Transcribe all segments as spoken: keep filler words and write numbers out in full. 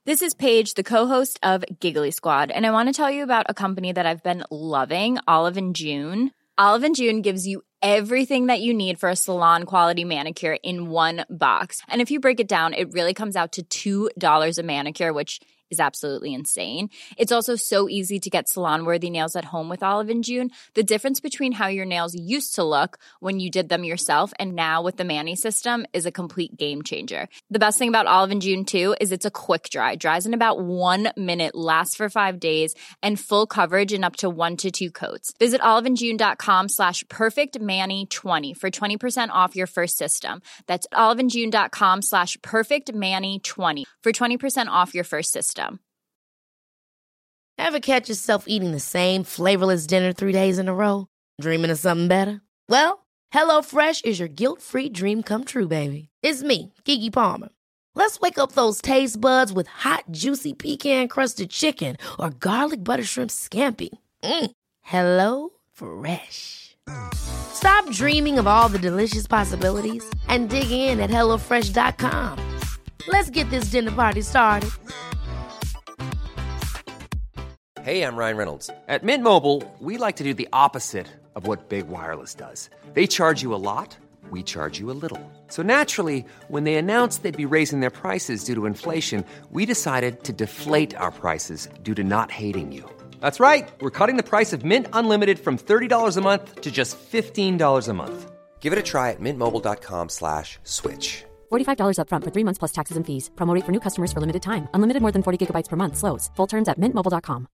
This is Paige, the co-host of Giggly Squad, and I want to tell you about a company that I've been loving, Olive and June. Olive and June gives you everything that you need for a salon-quality manicure in one box. And if you break it down, it really comes out to two dollars a manicure, which is absolutely insane. It's also so easy to get salon-worthy nails at home with Olive and June. The difference between how your nails used to look when you did them yourself and now with the Mani system is a complete game changer. The best thing about Olive and June, too, is it's a quick dry. Dries in about one minute, lasts for five days, and full coverage in up to one to two coats. Visit oliveandjune.com slash perfectmani20 for twenty percent off your first system. That's oliveandjune.com slash perfectmani20 for twenty percent off your first system. Ever catch yourself eating the same flavorless dinner three days in a row? Dreaming of something better? Well, HelloFresh is your guilt-free dream come true, baby. It's me, Keke Palmer. Let's wake up those taste buds with hot, juicy pecan-crusted chicken or garlic butter shrimp scampi. Mm. Hello Fresh. Stop dreaming of all the delicious possibilities and dig in at hello fresh dot com. Let's get this dinner party started. Hey, I'm Ryan Reynolds. At Mint Mobile, we like to do the opposite of what Big Wireless does. They charge you a lot, we charge you a little. So naturally, when they announced they'd be raising their prices due to inflation, we decided to deflate our prices due to not hating you. That's right. We're cutting the price of Mint Unlimited from thirty dollars a month to just fifteen dollars a month. Give it a try at mintmobile.com slash switch. forty-five dollars up front for three months plus taxes and fees. Promo rate for new customers for limited time. Unlimited more than forty gigabytes per month. Slows full terms at mint mobile dot com.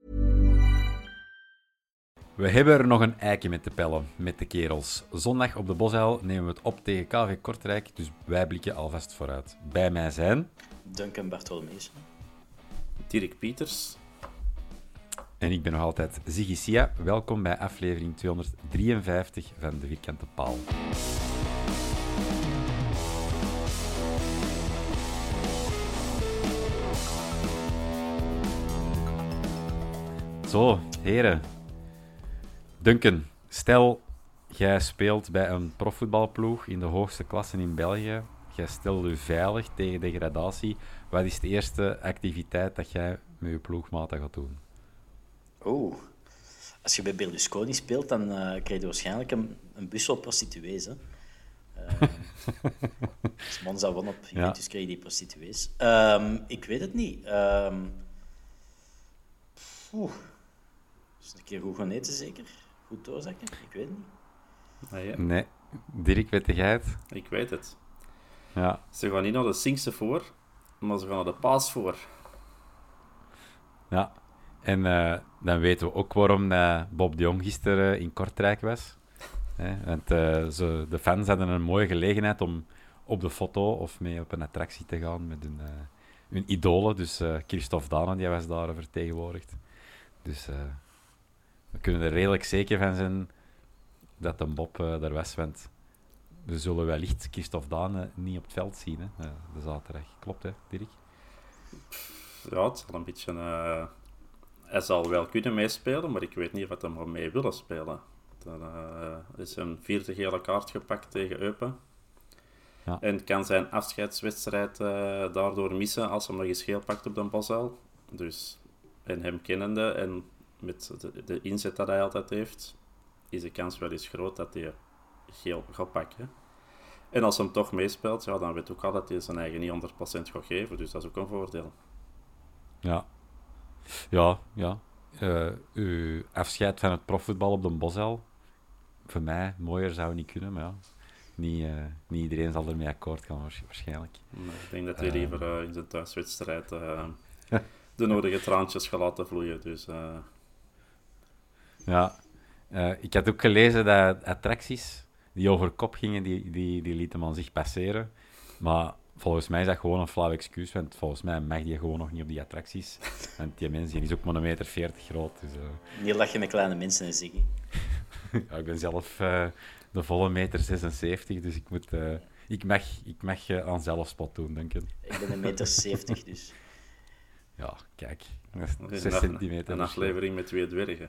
We hebben er nog een eikje met te pellen, met de kerels. Zondag op de Bosuil nemen we het op tegen K V Kortrijk, dus wij blikken alvast vooruit. Bij mij zijn... Duncan Bartholomeus. Dirk Pieters. En ik ben nog altijd Ziggy Sia. Welkom bij aflevering tweehonderddrieënvijftig van De Vierkante Paal. Zo, heren. Duncan, stel, jij speelt bij een profvoetbalploeg in de hoogste klasse in België. Jij stelt je veilig tegen degradatie. Wat is de eerste activiteit dat jij met je ploegmaten gaat doen? Oeh, als je bij Berlusconi speelt, dan uh, krijg je waarschijnlijk een, een bus vol prostituees. Hè? Uh, als Monza won op Juventus, ja. Krijg je die prostituees. Um, ik weet het niet. Um, oeh. Dus een keer goed gaan eten, zeker? Goed doorzakken? Ik weet het niet. Ah, ja. Nee. Dirk, weet jij het? Ik weet het. Ja. Ze gaan niet naar de Sinkse voor, maar ze gaan naar de Paas voor. Ja. En uh, dan weten we ook waarom uh, Bob de Jong gisteren in Kortrijk was. Hè? Want uh, ze, de fans hadden een mooie gelegenheid om op de foto of mee op een attractie te gaan met hun, uh, hun idolen. Dus uh, Christophe Dane, die was daar vertegenwoordigd. Dus... Uh, we kunnen er redelijk zeker van zijn dat de Bob uh, daar was, want we zullen wellicht Christophe Dane niet op het veld zien, hè, uh, de zaterdag. Klopt, hè, Dirk? Ja, het zal een beetje... Uh, hij zal wel kunnen meespelen, maar ik weet niet of hij er mee willen spelen. Er uh, is een vierde gele kaart gepakt tegen Eupen. Ja. En kan zijn afscheidswedstrijd uh, daardoor missen als hij nog eens geel pakt op de Bosuil. Dus, en hem kennende en met de, de inzet dat hij altijd heeft, is de kans wel eens groot dat hij geel gaat pakken. En als hij hem toch meespeelt, ja, dan weet ook al dat hij zijn eigen niet honderd procent gaat geven. Dus dat is ook een voordeel. Ja. Ja, ja. Uh, uw afscheid van het profvoetbal op de Bosuil, voor mij, mooier zou niet kunnen, maar ja. Niet, uh, niet iedereen zal ermee akkoord gaan, waarschijnlijk. Nee, ik denk dat hij uh, liever uh, in zijn thuiswedstrijd uh, de nodige traantjes gaat laten vloeien. Dus... Uh, Ja, uh, ik had ook gelezen dat attracties die over kop gingen, die, die, die lieten man zich passeren. Maar volgens mij is dat gewoon een flauw excuus, want volgens mij mag die gewoon nog niet op die attracties. Want die mens die is ook maar een meter veertig groot. Dus, uh... Hier lach je met kleine mensen, hè, Ziggy. Ja, ik ben zelf uh, de volle meter zesenzeventig, dus ik, moet, uh, ik mag, ik mag uh, aan zelfspot doen, denk ik. Ik ben een meter zeventig, dus... Ja, kijk. zes centimeter. Een aflevering met twee dwergen.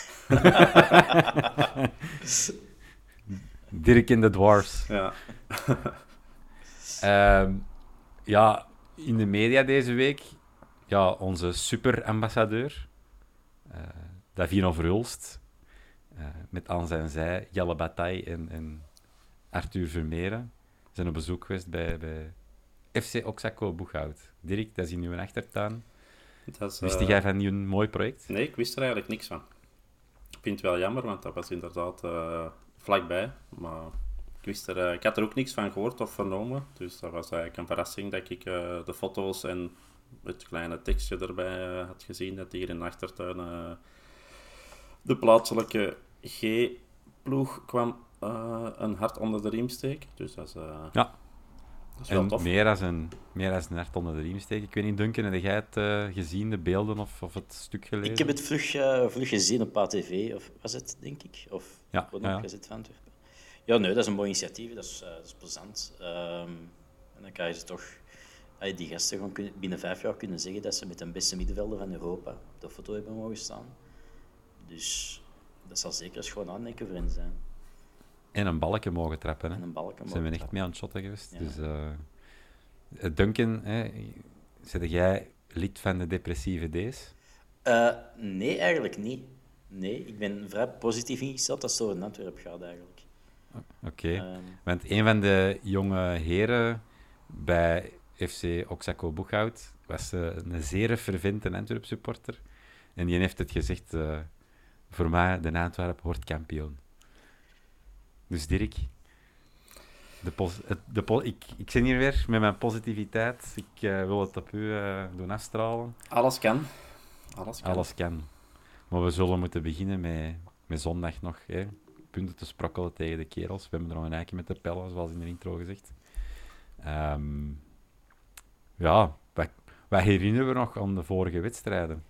Dirk in de Dwarfs. Ja. um, ja, in de media deze week ja, onze superambassadeur, uh, Davino Verhulst, uh, met aan zijn zij Jelle Bataille en, en Arthur Vermeeren, zijn op bezoek geweest bij, bij F C Oxaco Boeghout. Dirk, dat is in uw achtertuin. Dat is, wist uh... jij van die mooi project? Nee, ik wist er eigenlijk niks van. Ik vind het wel jammer, want dat was inderdaad uh, vlakbij. Maar ik, wist er, uh, ik had er ook niks van gehoord of vernomen. Dus dat was eigenlijk een verrassing dat ik uh, de foto's en het kleine tekstje erbij uh, had gezien. Dat hier in de achtertuin uh, de plaatselijke G-ploeg kwam uh, een hart onder de riem steken. Dus dat is, uh, ja. dat is wel en tof. Meer als een, meer als een hart onder de riem steken. Ik weet niet, Duncan, heb jij het uh, gezien, de beelden of, of het stuk gelezen? Ik heb het vlug, uh, vlug gezien op A T V, of was het, denk ik? Of ja, wat ja, ja. Is het van Antwerpen? Ja, nee, dat is een mooi initiatief, dat is, uh, dat is plezant. Um, en dan kan je ze toch, uh, die gasten gewoon kunnen, binnen vijf jaar kunnen zeggen dat ze met de beste middenvelder van Europa op de foto hebben mogen staan. Dus dat zal zeker eens gewoon aandenken voor hen zijn. En een balken mogen trappen. Hè? En een balken mogen Zijn we echt trappen. mee aan het shotten geweest. Ja. Dus, uh, Duncan, hè, zit jij lid van de depressieve D's? Uh, nee, eigenlijk niet. Nee, ik ben vrij positief ingesteld dat het zo in Antwerpen gaat eigenlijk. Oké, okay. um, want een van de jonge heren bij F C Oxaco Boeghout was uh, een zeer fervente Antwerp supporter. En die heeft het gezegd, uh, voor mij, de Antwerp wordt kampioen. Dus Dirk, de pos- de po- ik, ik zit hier weer met mijn positiviteit. Ik uh, wil het op u uh, doen afstralen. Alles kan. Alles kan. Alles kan. Maar we zullen moeten beginnen met, met zondag nog hè, punten te sprokkelen tegen de kerels. We hebben er nog een eikje met de pellen, zoals in de intro gezegd. Um, ja, wat, wat herinneren we nog aan de vorige wedstrijden?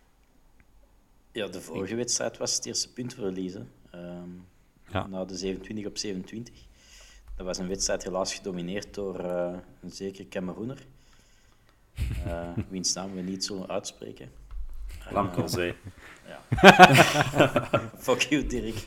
Ja, de vorige wedstrijd was het eerste puntverlies. Um, ja. Na de zevenentwintig op zevenentwintig. Dat was een wedstrijd helaas gedomineerd door uh, een zekere Cameroener. Uh, wiens naam we niet zullen uitspreken. Lamkelzee. Ja. Fuck you, Dirk.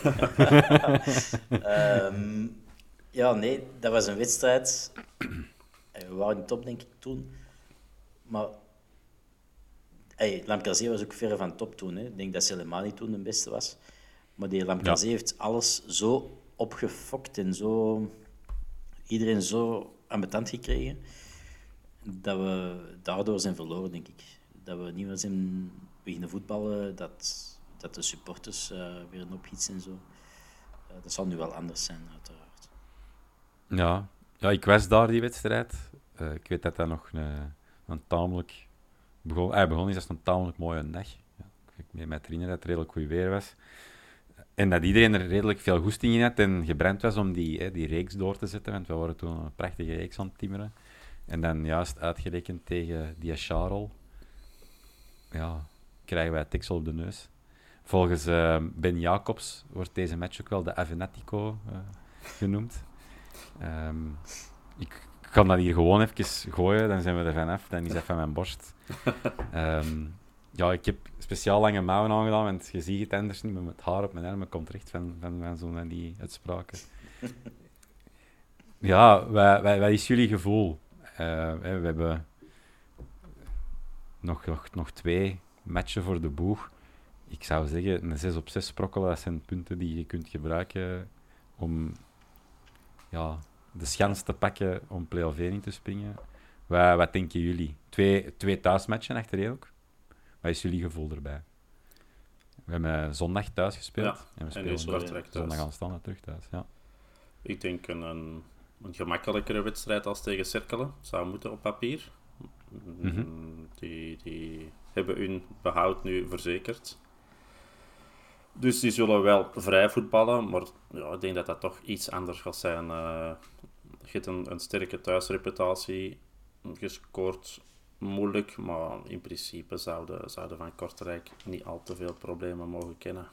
um, ja, nee, dat was een wedstrijd. We waren niet top, denk ik, toen. Maar hey, Lamkelzee was ook verre van top toen. Hè. Ik denk dat Selemani toen de beste was. Maar die Lamkelzee ja. heeft alles zo opgefokt en zo... Iedereen zo ambetant gekregen, dat we daardoor zijn verloren, denk ik. Dat we niet meer zijn beginnen voetballen, dat, dat de supporters uh, weer een opgiet en zo. Uh, dat zal nu wel anders zijn, uiteraard. Ja, ja ik was daar, die wedstrijd. Uh, ik weet dat dat nog een, een tamelijk... Begon, hij begon is als een tamelijk mooie dag. Ja, ik weet me herinneren dat het redelijk goed weer was. En dat iedereen er redelijk veel goesting in had en gebrand was om die, hè, die reeks door te zetten, want we waren toen een prachtige reeks aan het timmeren. En dan juist uitgerekend tegen die Charles, ja, krijgen wij tiksel op de neus. Volgens uh, Ben Jacobs wordt deze match ook wel de Avenatico uh, genoemd. Um, ik kan dat hier gewoon even gooien, dan zijn we er vanaf, dan is dat van mijn borst. Um, ja, ik heb speciaal lange mouwen aangedaan, want je ziet het anders niet, maar met het haar op mijn armen komt recht van, van, van zo'n die uitspraken. Ja, wat, wat, wat is jullie gevoel? Uh, we hebben nog, nog, nog twee matchen voor de boeg. Ik zou zeggen, een zes op zes sprokkelen, dat zijn punten die je kunt gebruiken om ja, de schans te pakken om play-off één in te springen. Wat, wat denken jullie? Twee, twee thuismatchen achtereen ook. Wat is jullie gevoel erbij? We hebben zondag thuis gespeeld. Ja, en we spelen zondag, zondag aanstaande terug thuis. Ja. Ik denk een, een, een gemakkelijkere wedstrijd als tegen Cerkelen. Zou moeten op papier. Mm-hmm. Die, die hebben hun behoud nu verzekerd. Dus die zullen wel vrij voetballen. Maar ja, ik denk dat dat toch iets anders gaat zijn. Uh, je hebt een, een sterke thuisreputatie. Gescoord moeilijk, maar in principe zouden, zouden van Kortrijk niet al te veel problemen mogen kennen.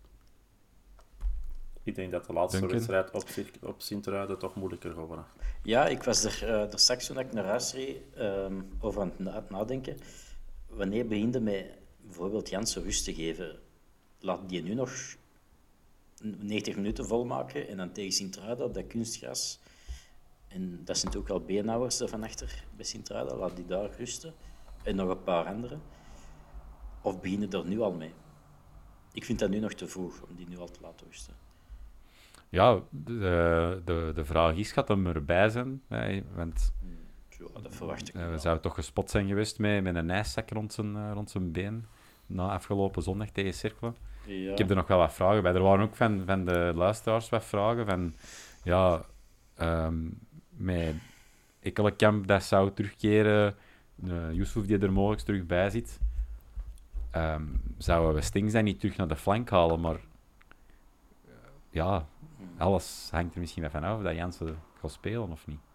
Ik denk dat de laatste Duncan? wedstrijd op, op Sint-Truiden toch moeilijker geworden. Ja, ik was er, uh, er straks toen ik naar huis reed um, over aan het na- nadenken. Wanneer beginde met bijvoorbeeld Jansen rust te geven? Laat die nu nog negentig minuten volmaken en dan tegen Sint-Truiden op dat kunstgras. En dat zijn natuurlijk wel beenhouwers van achter bij Sint-Truiden. Laat die daar rusten. en nog een paar anderen? Of beginnen er nu al mee? Ik vind dat nu nog te vroeg om die nu al te laten rusten. Ja, de, de, de vraag is, gaat hem erbij zijn? Hè? Want Ja, dat verwacht ik uh, wel. zou toch gespot zijn geweest met, met een ijszak rond zijn, uh, rond zijn been na afgelopen zondag tegen Cercle. Ja. Ik heb er nog wel wat vragen bij. Er waren ook van, van de luisteraars wat vragen van... Ja, um, met Ekkelenkamp dat zou terugkeren, uh, Yusuf die er mogelijk terug bij zit, um, zouden we Stings dan niet terug naar de flank halen, maar uh, ja, alles hangt er misschien wel van af dat Jansen gaat spelen of niet.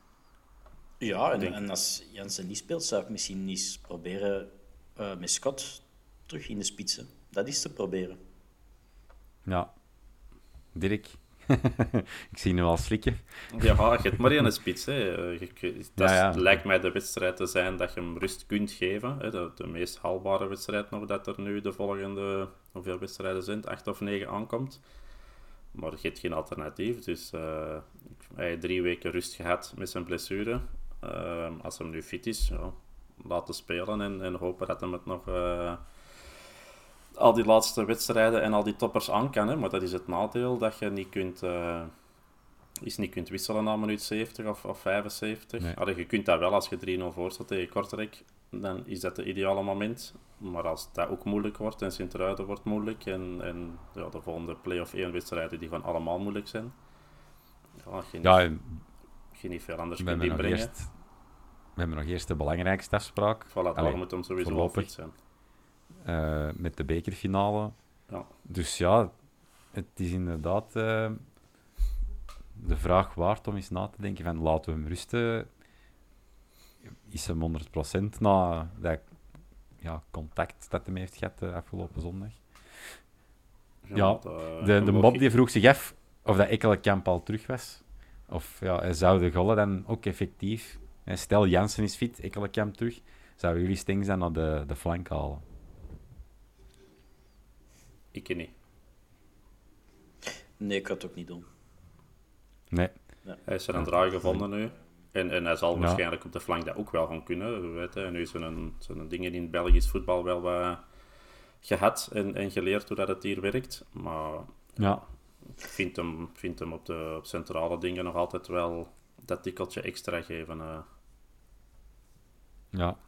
Ja, en, en als Jansen niet speelt, zou ik misschien eens proberen uh, met Scott terug in de spitsen. Dat is te proberen. Ja. Dirk? Ik zie nu al slikken. Ja, je hebt maar één spits. Hè. Je, dat ja, ja. lijkt mij de wedstrijd te zijn dat je hem rust kunt geven. Hè. De, de meest haalbare wedstrijd nog dat er nu de volgende, hoeveel wedstrijden zijn het, acht of negen aankomt. Maar je hebt geen alternatief. Dus uh, hij heeft drie weken rust gehad met zijn blessure. Uh, als hij nu fit is, ja, laten spelen en, en hopen dat hij het nog... Uh, al die laatste wedstrijden en al die toppers aan kan, hè. Maar dat is het nadeel dat je niet kunt, uh, is niet kunt wisselen na minuut zeventig of, of vijfenzeventig. Nee. Allee, je kunt dat wel als je drie nul voor staat tegen Kortrijk, dan is dat het ideale moment. Maar als dat ook moeilijk wordt en Sint-Truiden wordt moeilijk en, en ja, de volgende play-off één wedstrijden die gaan allemaal moeilijk zijn, ja, je, ja, niet, je niet veel anders kunt inbrengen. Eerst, we hebben nog eerst de belangrijkste afspraak. Voilà, daar moet hem sowieso wel fit zijn. Uh, met de bekerfinale. Ja. Dus ja, het is inderdaad uh, de vraag waard om eens na te denken van laten we hem rusten. Is hem honderd procent na dat ja, contact dat hij heeft gehad uh, afgelopen zondag? Ja, ja de, de, de Bob die vroeg zich af of dat Ekkelenkamp al terug was. Of ja, hij zou de gollen dan ook effectief... Stel, Jansen is fit, Ekkelenkamp terug. Zouden jullie Stings dan naar de, de flank halen? Ik niet. Nee, ik ga het ook niet doen. Nee. Ja. Hij is er een draai gevonden nu. En, en hij zal ja. waarschijnlijk op de flank dat ook wel gaan kunnen. Weet je. Nu zijn, zijn dingen in Belgisch voetbal wel wat gehad en, en geleerd hoe dat het hier werkt. Maar ja. ik vind hem, vind hem op de op centrale dingen nog altijd wel dat tikkeltje extra geven. Uh. Ja.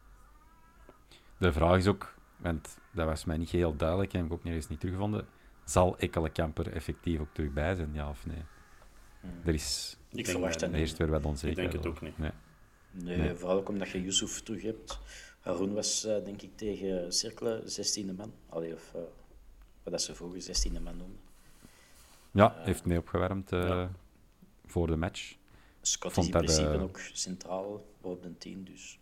De vraag is ook... Want dat was mij niet heel duidelijk en heb ik ook nergens niet teruggevonden. Zal Ekkelenkamp er effectief ook terug bij zijn, ja of nee? Hmm. Er is ik verwacht dat eerst weer wat onzekerheid. Ik denk het ook niet. Nee, nee, nee. Vooral ook omdat je Yusuf terug hebt. Haroun was, uh, denk ik, tegen Cercle zestiende man. Allee, of uh, wat dat ze vroeger zestiende man noemden. Ja, uh, heeft mee opgewarmd uh, ja. voor de match. Scott Vond is in principe uh, ook centraal op de tien, dus...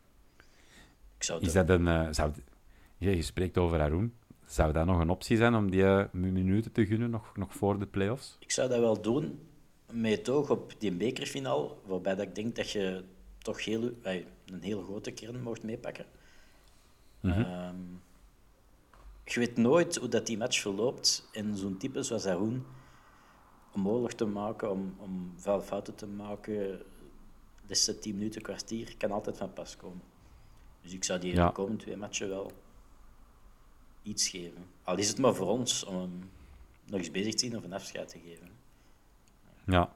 Ik zou is dat een... Uh, zou Je spreekt over Haroun. Zou dat nog een optie zijn om die uh, minuten te gunnen nog, nog voor de play-offs? Ik zou dat wel doen, met het oog op die bekerfinale, waarbij dat ik denk dat je toch heel, een heel grote kern mocht meepakken. Mm-hmm. Um, je weet nooit hoe dat die match verloopt en zo'n type zoals Haroun, om oorlog te maken, om, om veel fouten te maken, deze tien minuten, kwartier, kan altijd van pas komen. Dus ik zou die ja. de komende twee matchen wel iets geven. Al is het maar voor ons om hem nog eens bezig te zien of een afscheid te geven. Ja.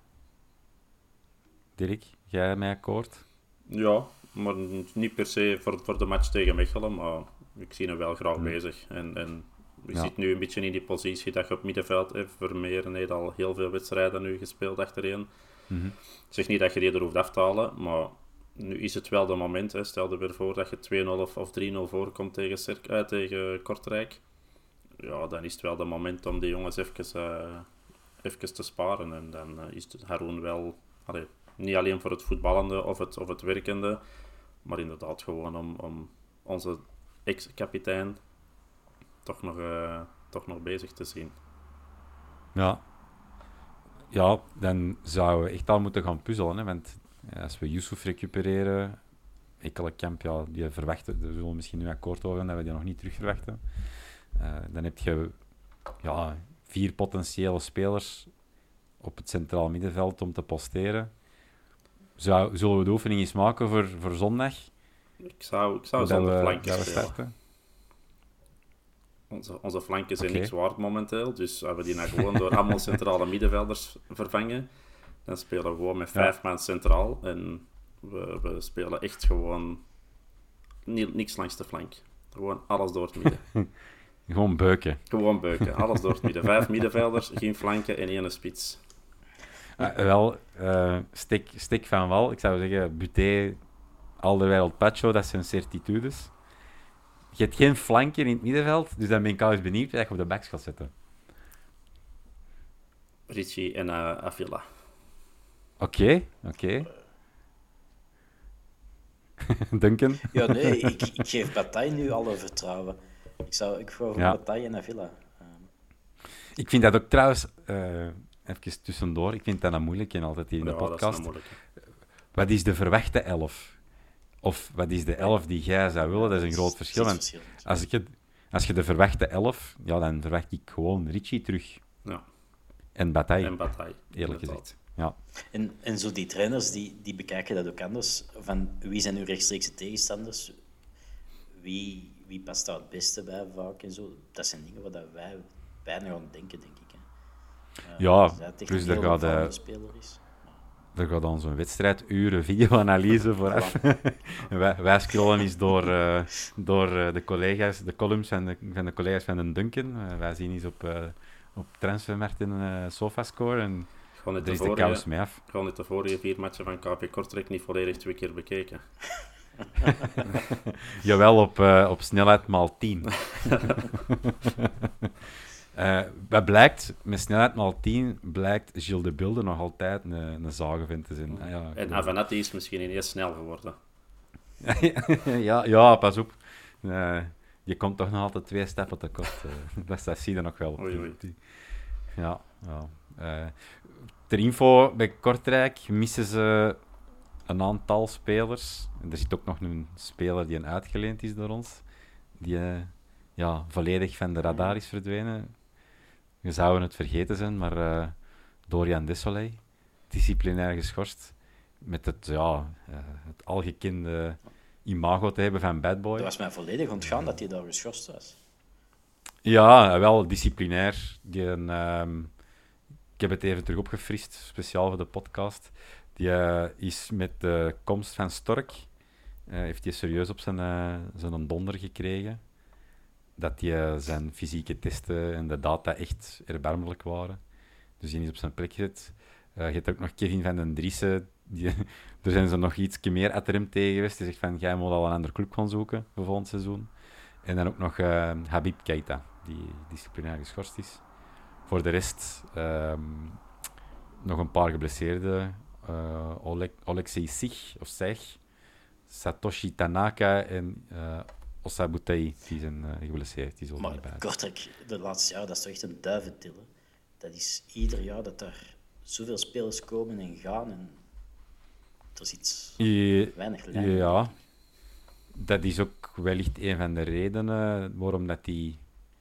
Dirk, jij mij akkoord? Ja, maar niet per se voor, voor de match tegen Mechelen, maar ik zie hem wel graag hmm. bezig. En, en je ja. zit nu een beetje in die positie dat je op middenveld hebt. Vermeeren heeft al heel veel wedstrijden nu gespeeld achtereen. Mm-hmm. Ik zeg niet dat je die er hoeft af te halen, maar nu is het wel de moment. Hè. Stel je weer voor dat je twee nul of, of drie nul voorkomt tegen, Cirk, uh, tegen Kortrijk. Ja, dan is het wel de moment om die jongens even, uh, even te sparen. En dan uh, is Haroun wel... Allee, niet alleen voor het voetballende of het, of het werkende, maar inderdaad gewoon om, om onze ex-kapitein toch nog, uh, toch nog bezig te zien. Ja. Ja, dan zouden we echt al moeten gaan puzzelen. Hè? Want ja, als we Yusuf recupereren, Ekkelenkamp, ja, die verwachten, daar zullen we misschien nu akkoord over gaan dat we die nog niet terug verwachten. Uh, dan heb je ja, vier potentiële spelers op het centraal middenveld om te posteren. Zou, zullen we de oefening eens maken voor, voor zondag? Ik zou, ik zou Dat zonder we- flanken dat we spelen. starten. Onze, onze flanken zijn Oké. niks waard momenteel, dus als we die nou gewoon door allemaal centrale middenvelders vervangen, dan spelen we gewoon met vijf man centraal en we, we spelen echt gewoon ni- niks langs de flank. Gewoon alles door het midden. Gewoon beuken. Gewoon beuken, alles door het midden. Vijf middenvelders, geen flanken en één spits. Uh, wel, uh, stik, stik van wal. Ik zou zeggen, Buté, Alderweireld, Pacho, dat zijn certitudes. Je hebt geen flanken in het middenveld, dus dan ben ik al eens benieuwd wat je op de backs gaat zetten. Richie en uh, Avila. Oké, oké. Duncan? Ja, nee, ik, ik geef Bataille nu alle vertrouwen. Ik zou ik voor Ja. Bataille en Avila. Um, Ik vind dat ook trouwens, uh, even tussendoor, ik vind dat een moeilijke altijd hier in de Ja, dat is podcast. een moeilijke. Wat is de verwachte elf? Of wat is de elf die jij zou willen? Dat is een groot verschil. het Want is verschillend. als, ik het, als je de verwachte elf, ja, dan verwacht ik gewoon Richie terug. Ja, En Bataille, en Bataille. eerlijk inderdaad. gezegd. Ja. En, en zo die trainers, die, die bekijken dat ook anders. Van wie zijn uw rechtstreekse tegenstanders? Wie, wie past daar het beste bij vaak en zo? Dat zijn dingen waar dat wij bijna aan denken, denk ik. Hè. Uh, Ja, dat het echt plus een er heel gaat, ervaren eh, speler is. Er gaat dan zo'n wedstrijd, uren video-analyse vooraf. wij, wij scrollen eens door, uh, door uh, de collega's, de columns van de, van de collega's van de Duncan. Uh, wij zien eens op, uh, op Transfermarkt in uh, Sofascore en Gewoon net daar de is de vorige- kous mee af. Gewoon net de vorige vier matchen van K P Kortrijk niet volledig twee keer bekeken. Jawel, op, uh, op snelheid maal tien. Uh, wat blijkt, met snelheid maal tien, blijkt Gilles de Bilde nog altijd een, een zagenvent te zijn. Ah, ja, En Avenatti is misschien ineens snel geworden. ja, ja, pas op. Uh, je komt toch nog altijd twee stappen tekort. Uh, dat, dat zie je nog wel. Oei, oei. Ja, ja. Uh, ter info, bij Kortrijk missen ze een aantal spelers. En er zit ook nog een speler die een uitgeleend is door ons. Die uh, ja, volledig van de radar is verdwenen. We zouden het vergeten zijn, maar uh, Dorian Desolé, disciplinair geschorst, met het, ja, uh, het algekende imago te hebben van Bad Boy. Dat was mij volledig ontgaan dat hij daar geschorst was. Ja, wel disciplinair. Die, um, ik heb het even terug opgefrist, speciaal voor de podcast. Die uh, is met de komst van Stork, uh, heeft hij serieus op zijn, uh, zijn donder gekregen. Dat die, uh, zijn fysieke testen en de data echt erbarmelijk waren. Dus die is op zijn plek gezet. Uh, je hebt ook nog Kevin van den Driessen. Die, er zijn ze nog iets meer achter hem tegen geweest. Die zegt van, jij moet al een andere club gaan zoeken voor volgend seizoen. En dan ook nog uh, Habib Keita, die disciplinair geschorst is. Voor de rest um, nog een paar geblesseerden. Uh, Oleg, Alexei Sich, of Sig, Satoshi Tanaka en uh, Osabutei, die zijn uh, geblesseerd. Die zullen Maar niet bij zijn. Kortrijk, de laatste jaar, dat is toch echt een duiventil. Dat is ieder jaar dat er zoveel spelers komen en gaan en er zit Je, weinig lijn. ja, dat is ook wellicht een van de redenen waarom dat die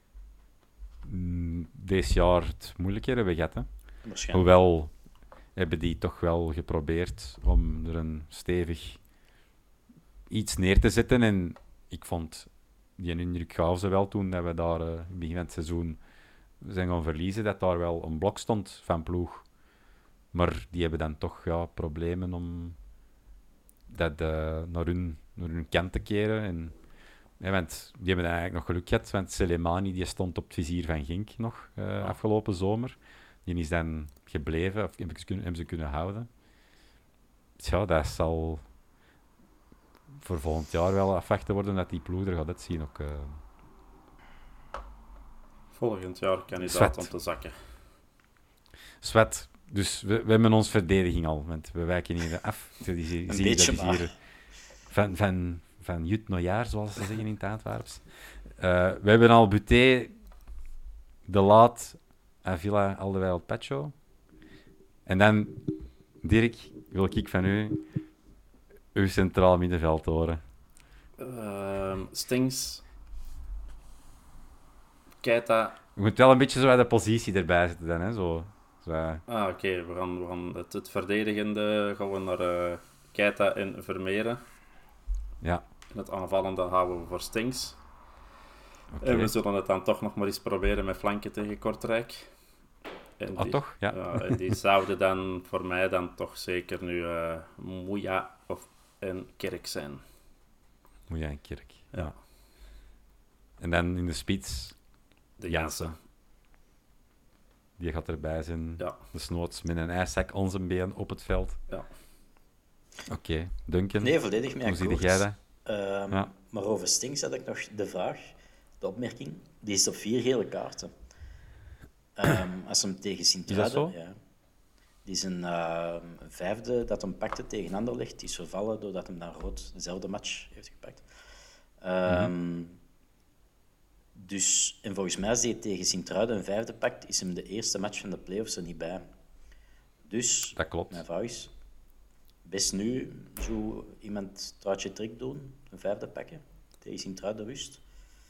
mm, dit jaar het moeilijker hebben gehad. Hè. Waarschijnlijk. Hoewel hebben die toch wel geprobeerd om er een stevig iets neer te zetten. En ik vond die indruk gaven ze wel toen dat we daar uh, in het begin van het seizoen zijn gaan verliezen, dat daar wel een blok stond van ploeg. Maar die hebben dan toch ja, problemen om dat uh, naar, hun, naar hun kant te keren. En, ja, want die hebben dan eigenlijk nog geluk gehad, want Selemani die stond op het vizier van Genk nog uh, afgelopen zomer. Die is dan gebleven, of hebben ze kunnen, hebben ze kunnen houden. Ja, dat zal voor volgend jaar wel afwachten worden dat die ploeg er gaat uitzien. Ook, uh... Volgend jaar kandidaat Zwet. om te zakken. Zwet. Dus we, we hebben ons verdediging al, want we wijken hier af. Die, zie, Een zie, beetje dat is hier van, van, van jut naar jaar, zoals ze zeggen in het Antwerps. Uh, we hebben al Buté, De Laat, Avila, Alderweireld, Pacho. En dan, Dirk, wil ik van u uw centraal middenveld horen. Uh, Stings. Keita. Je moet wel een beetje zo uit de positie erbij zitten dan, hè? Zo, zo. Ah, oké. Okay. We gaan, we gaan het, het verdedigende gaan we naar uh, Keita en Vermeeren. Ja. In het aanvallende houden we voor Stinks. Okay. En we zullen het dan toch nog maar eens proberen met flanken tegen Kortrijk. En Ah, die, toch? Ja. ja. En die zouden dan voor mij dan toch zeker nu uh, Moeja of een Kerk zijn. Moeja en Kerk. Ja. ja. En dan in de spits, De Jansen. Jansen. Die gaat erbij zijn. Ja. Desnoods met een ijszak om zijn been op het veld. Ja. Oké, okay. Duncan. Nee, volledig mee Hoe akkoord. zie jij dat? Um, Ja. Maar over Stinks had ik nog de vraag, de opmerking. Die is op vier gele kaarten. Um, als hem tegen Sint-Truiden... Ja, die is een uh, vijfde dat hem pakte tegen Anderlecht. Die is vervallen doordat hem dan rood dezelfde match heeft gepakt. Um, mm-hmm. Dus, en volgens mij, als hij tegen Sint-Truiden een vijfde pakt, is hem de eerste match van de play-offs er niet bij. Dus, dat klopt. Mijn vraag is, best nu zo iemand truitje trick doen, een vijfde pakken, tegen Sint-Truiden rust.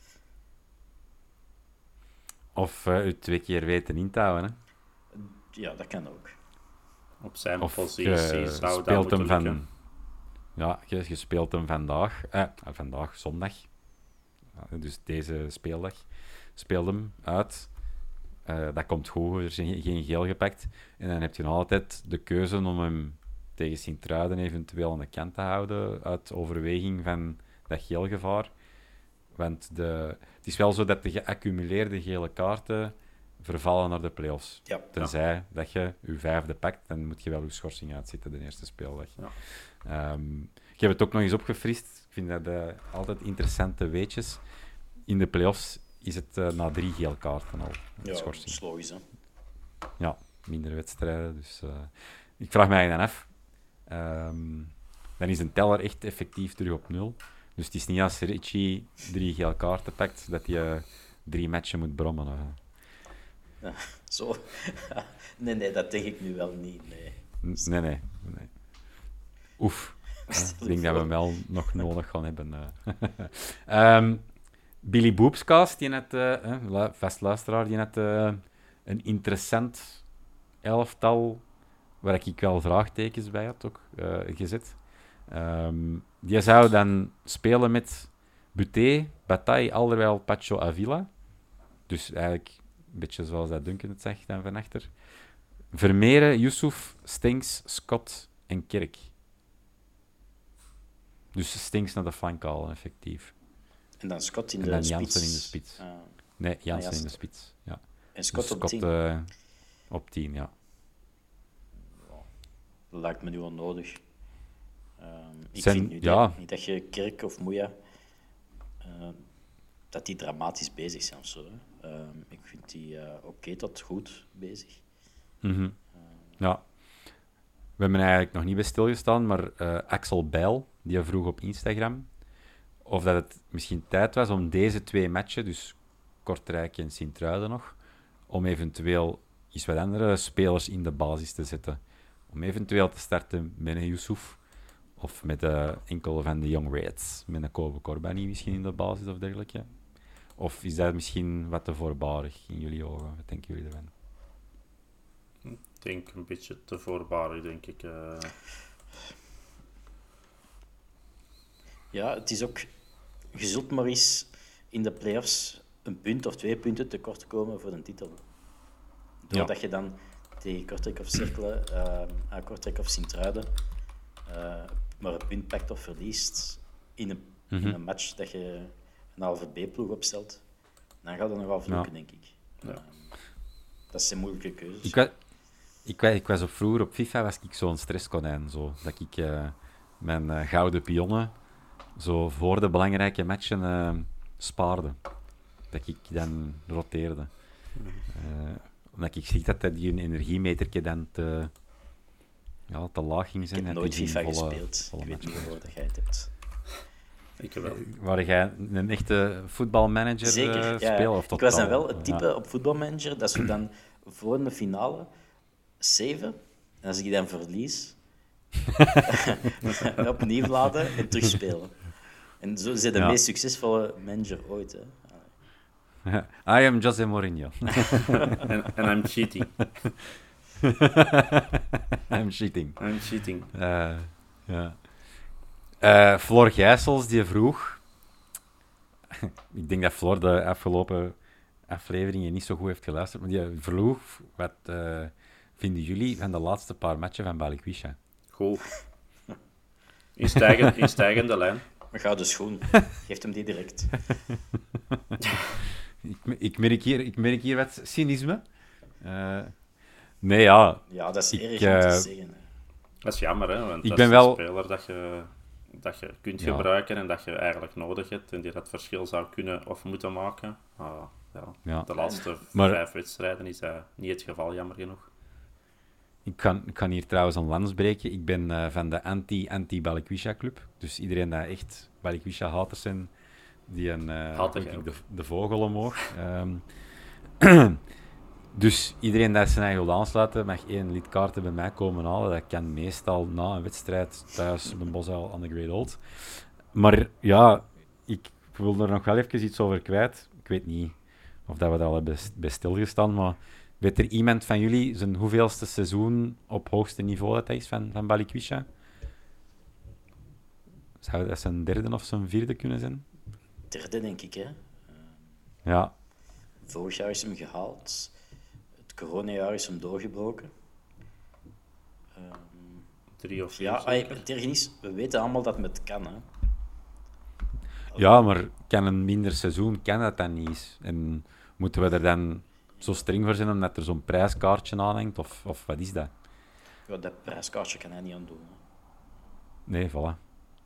Of uh, u twee keer weten in te houden, hè? Ja, dat kan ook. Op zijn of positie je zou speelt dat hem moeten van, ja, je, je speelt hem vandaag, eh, vandaag, zondag, dus deze speeldag, speel hem uit. Uh, dat komt goed, er is geen, geen geel gepakt. En dan heb je nog altijd de keuze om hem tegen Sint-Truiden eventueel aan de kant te houden, uit overweging van dat geelgevaar. Want de, het is wel zo dat de geaccumuleerde gele kaarten vervallen naar de play-offs. Ja, Tenzij ja. dat je je vijfde pakt, dan moet je wel je schorsing uitzitten de eerste speeldag. Ja. Um, ik heb het ook nog eens opgefrist. Ik vind dat uh, altijd interessante weetjes. In de play-offs is het uh, na drie gele kaarten al. Ja, schorsing. dat is logisch, hè. Ja, minder wedstrijden. Dus, uh, ik vraag mij dan af. Um, dan is een teller echt effectief terug op nul. Dus het is niet als Richie drie gele kaarten pakt, dat hij uh, drie matchen moet brommen. Uh. Ja, zo. nee, nee, dat denk ik nu wel niet. Nee, nee, nee. nee. Oef. Ik denk dat we hem wel nog nodig gaan hebben. Uh. um, Billy Boopscast, die net, uh, vast luisteraar, die net uh, een interessant elftal, waar ik wel vraagtekens bij had, ook, uh, gezet. Um, die zou dan spelen met Buté, Bataille, Alderweireld, Pacho, Avila. Dus eigenlijk een beetje zoals dat Duncan het zegt dan van achter. Vermeeren, Yusuf, Stinks, Scott en Kerk. Dus Stinks naar de flank halen, effectief. En dan Scott in en de dan spits. Jansen in de spits. Uh, nee, Jansen ah, in de spits. Ja. En Scott, dus op Scott tien. Uh, op tien, ja. Dat lijkt me nu wel nodig. Uh, ik Zijn, vind nu ja. dat, niet dat je Kerk of Moeja, uh, dat die dramatisch bezig zijn of zo. Hè. Uh, ik vind die uh, oké okay tot goed bezig. Mm-hmm. Uh, ja. We hebben eigenlijk nog niet bij stilgestaan, maar uh, Axel Bijl, die vroeg op Instagram of dat het misschien tijd was om deze twee matchen, dus Kortrijk en Sint-Truiden nog, om eventueel iets wat andere spelers in de basis te zetten. Om eventueel te starten met een Yusuf of met uh, enkele van de Young Reds, met een Kobe Corbani misschien in de basis of dergelijke. Of is dat misschien wat te voorbarig in jullie ogen? Wat denken jullie ervan? Ik denk een beetje te voorbarig, denk ik. Uh... Ja, het is ook... Je zult maar eens in de play-offs een punt of twee punten tekort komen voor de titel. Doordat ja. je dan tegen Kortrijk of Cerkelen, uh, Kortrijk of Sint-Truiden, uh, maar een punt pakt of verliest in een, mm-hmm. in een match dat je een halve B-ploeg opstelt, dan gaat het nog wel vloeken, ja. denk ik. Ja. Uh, dat zijn moeilijke keuzes. Ik was, ik, ik was op vroeger op FIFA was ik zo'n stresskonijn, zo, dat ik uh, mijn uh, gouden pionnen zo voor de belangrijke matchen uh, spaarde. Dat ik dan roteerde. Uh, omdat ik zie dat die een energiemetertje dan te, ja, te laag ging zijn. Ik heb nooit FIFA volle, gespeeld. Volle ik weet niet hoe dat jij het hebt. Ik wel. Waar jij een echte voetbalmanager Zeker, uh, ja. speel? Of ik was dan wel het type ja. op voetbalmanager dat ze dan voor de finale saven. En als ik dan verlies, opnieuw laten en terugspelen. En zo is hij de ja. meest succesvolle manager ooit. Hè. I am Jose Mourinho. and, and I'm cheating. I'm cheating. I'm cheating. Uh, ja. Uh, Floor Gijsels, die vroeg... ik denk dat Floor de afgelopen afleveringen niet zo goed heeft geluisterd, maar die vroeg, wat uh, vinden jullie van de laatste paar matchen van Balikwisha? Goed. In, stijgen, in stijgende lijn. Maar ga de schoen. Geef hem die direct. ik, ik, merk hier, ik merk hier wat cynisme. Uh, nee, ja. Ja, dat is ik, erg om uh, te zeggen. Hè. Dat is jammer, hè? Want ik dat ben is wel... een speler dat je, dat je kunt ja. gebruiken en dat je eigenlijk nodig hebt en die dat verschil zou kunnen of moeten maken. Ah, ja. Ja. De laatste maar... vijf wedstrijden is dat niet het geval, jammer genoeg. Ik kan, ik kan hier trouwens een lans breken. Ik ben uh, van de anti-anti-Balikwisha-club. Dus iedereen dat echt Balikwisha-haters zijn, die een uh, de, de vogel omhoog. Um, dus iedereen dat zijn eigen wil aansluiten, mag één lidkaarten bij mij komen halen. Dat kan meestal na een wedstrijd thuis op de Bosuil aan de Great Old. Maar ja, ik wil er nog wel even iets over kwijt. Ik weet niet of dat we daar al hebben bij stilgestaan, maar... Weet er iemand van jullie zijn hoeveelste seizoen op hoogste niveau dat is van, van Balikwisha? Zou dat zijn derde of zijn vierde kunnen zijn? Derde, denk ik, hè. Uh, ja. Vorig jaar is hem gehaald. Het coronajaar is hem doorgebroken. Um, Drie of vier. Ja, het erg is, we weten allemaal dat het met kan, hè. Ja, maar kan een minder seizoen, kan dat dan niet? En moeten we er dan... zo streng voor zijn omdat er zo'n prijskaartje aanhangt? Of, of wat is dat? Ja, dat prijskaartje kan hij niet aan doen. Hè. Nee, voilà.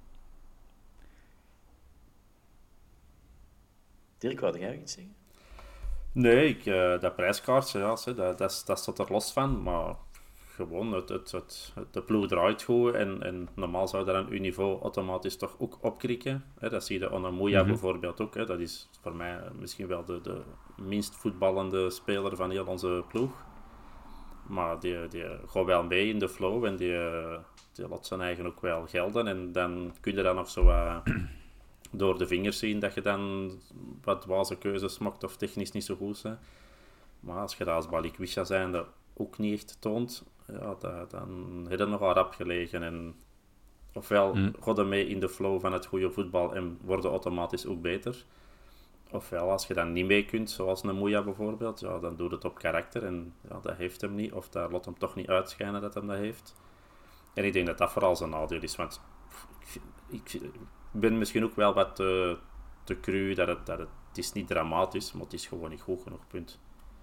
Dirk, wou jij iets zeggen? Nee, ik, uh, dat prijskaartje, ja, dat, dat, dat, dat staat er los van. Maar gewoon, het, het, het, het, de ploeg draait goed. En, en normaal zou dat een niveau automatisch toch ook opkrikken. Hè, dat zie je Onamuya mm-hmm. bijvoorbeeld ook. Hè. Dat is voor mij misschien wel de, de minst voetballende speler van heel onze ploeg. Maar die, die gaat wel mee in de flow en die, die laat zijn eigen ook wel gelden. En dan kun je dan nog zo uh, door de vingers zien dat je dan wat dwaze keuzes maakt of technisch niet zo goed bent. Maar als je dat als Balikwisha zijnde ook niet echt toont, ja, dat, dan heb je nogal rap gelegen. En ofwel mm. ga je mee in de flow van het goede voetbal en worden automatisch ook beter. Ofwel, als je dan niet mee kunt, zoals een Moeja bijvoorbeeld, ja, dan doet het op karakter en ja, dat heeft hem niet. Of dat laat hem toch niet uitschijnen dat hij dat heeft. En ik denk dat dat vooral zijn nadeel is, want ik, ik ben misschien ook wel wat te, te cru, dat het, dat het, het is niet dramatisch, maar het is gewoon niet goed genoeg, punt.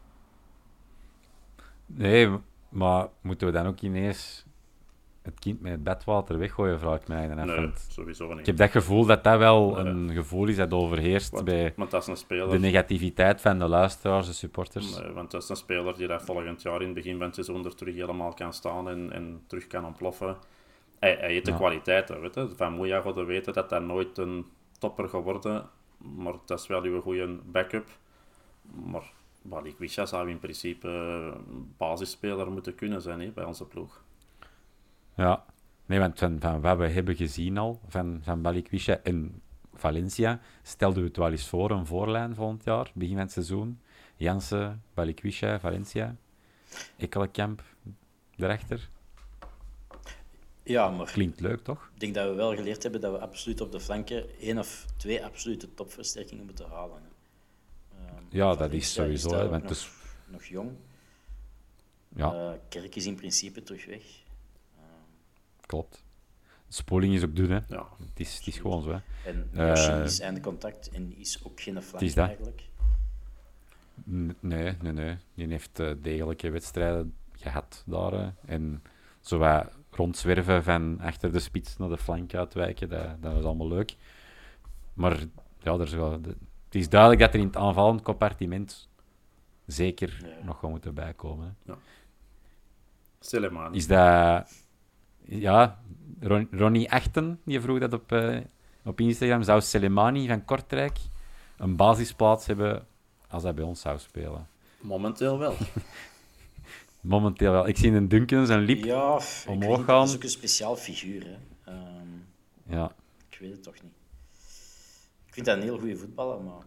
Nee, maar moeten we dan ook ineens het kind met het badwater weggooien, vraag ik mij dan af. Nee, sowieso niet. Ik heb dat gevoel dat dat wel nee. een gevoel is dat overheerst want, bij want dat is een speler, de negativiteit van de luisteraars, de supporters. Nee, want dat is een speler die dat volgend jaar in het begin van het seizoen er terug helemaal kan staan en, en terug kan ontploffen. Hij, hij heeft de ja. kwaliteiten, weet je. Van Moeja gaat weten dat hij nooit een topper gaat worden, maar dat is wel uw goede backup. Maar Balikwisha zou in principe een basisspeler moeten kunnen zijn he, bij onze ploeg. Ja, nee, want van, van wat we hebben gezien al, van, van Balikwisha en Valencia, stelden we het wel eens voor, een voorlijn volgend jaar, begin van het seizoen. Jansen, Balikwisha, Valencia, Ekkelenkamp, daarachter. Ja, maar... Klinkt leuk, toch? Ik denk dat we wel geleerd hebben dat we absoluut op de flanken één of twee absolute topversterkingen moeten halen. Uh, ja, dat is sowieso. Is want nog, dus... nog jong. Ja. Uh, Kerk is in principe terug weg. Uh... Klopt. Spoling is ook doen, hè. Ja. Het is, het is gewoon zo, hè. En Yoshi uh, is einde contact en is ook geen flank eigenlijk. N- nee, nee, nee. Die heeft uh, degelijke wedstrijden gehad daar. Uh, en zo wat rondzwerven van achter de spits naar de flank uitwijken, dat, dat was allemaal leuk. Maar ja, er is wel, de, het is duidelijk dat er in het aanvallend compartiment zeker ja. nog gaat moeten bijkomen. Ja. Soleimani. Is dat... Ja, Ron, Ronnie Achten, die vroeg dat op, uh, op Instagram. Zou Soleimani van Kortrijk een basisplaats hebben als hij bij ons zou spelen? Momenteel wel. Momenteel wel. Ik zie een Duncan zijn lip ja, omhoog niet, gaan. Dat is ook een speciaal figuur. Hè. Um, ja. Ik weet het toch niet. Ik vind dat een heel goede voetballer, maar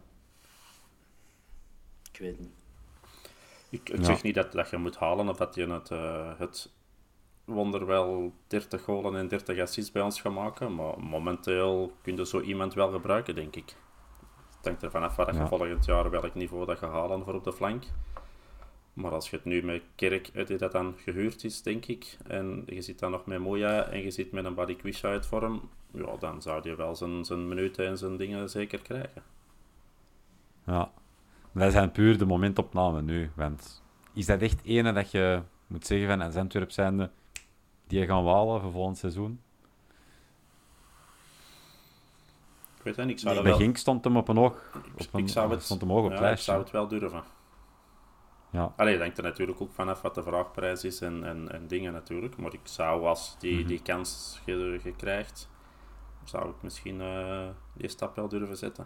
ik weet het niet. Ik, ik ja. zeg niet dat, dat je moet halen of dat je het, uh, het wonder wel dertig goalen en dertig assists bij ons gaan maken. Maar momenteel kun je zo iemand wel gebruiken, denk ik. Het hangt er vanaf wat je Ja. volgend jaar welk niveau dat je halen voor op de flank. Maar als je het nu met Kerk uit die dat dan gehuurd is, denk ik, en je zit dan nog met Moya en je zit met een Balikwisha uit vorm, ja, dan zou je wel zijn, zijn minuten en zijn dingen zeker krijgen. Ja. Wij zijn puur de momentopname nu. Want is dat echt ene dat je moet zeggen van als Antwerp zijnde die gaan walen voor volgend seizoen? Ik weet het niet, ik zou Bij er wel... Genk stond hem op een oog. Op Ik, een, ik zou het, stond hem hoog op ja, het ik lijstje. zou het wel durven. Ja. Allee, dat hangt er natuurlijk ook vanaf wat de vraagprijs is en, en, en dingen natuurlijk. Maar ik zou, als die, Mhm. die kans je, je krijgt, zou ik misschien uh, die stap wel durven zetten.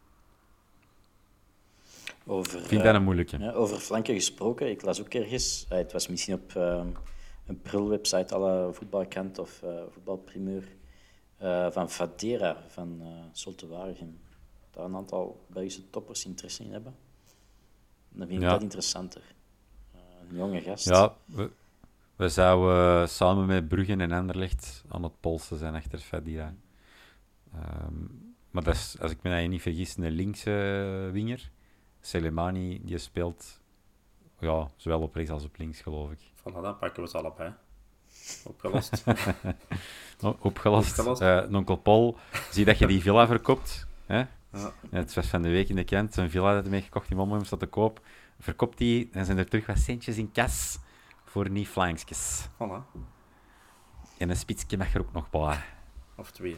Over, Ik vind dat uh, een moeilijke. ja, over flanken gesproken, ik las ook ergens, uh, het was misschien op uh, een prul-website, alle voetbalkrant of uh, voetbalprimeur, uh, van Fadera, van uh, Zulte Waregem. Daar een aantal Belgische toppers interesse in hebben. Dan vind ik Ja. dat interessanter. Uh, een jonge gast. Ja, we, we zouden uh, samen met Brugge en Anderlecht aan het polsen zijn achter Fadira. Um, maar dat is, als ik me nou niet vergis, een linkse uh, winger. Selemani, die speelt ja, zowel op rechts als op links, geloof ik. Voilà, dan pakken we ze allebei. Opgelost. O, opgelost. Opgelost. Uh, Nonkel Paul, zie dat je die villa verkoopt. Hè? Ja. Ja, het was van de week in de krant. Een villa dat hij mee gekocht in Mommum staat te koop. Verkoopt die en zijn er terug wat centjes in kas voor nieuw flankjes. Voilà. En een spitsje mag er ook nog bij. Of twee.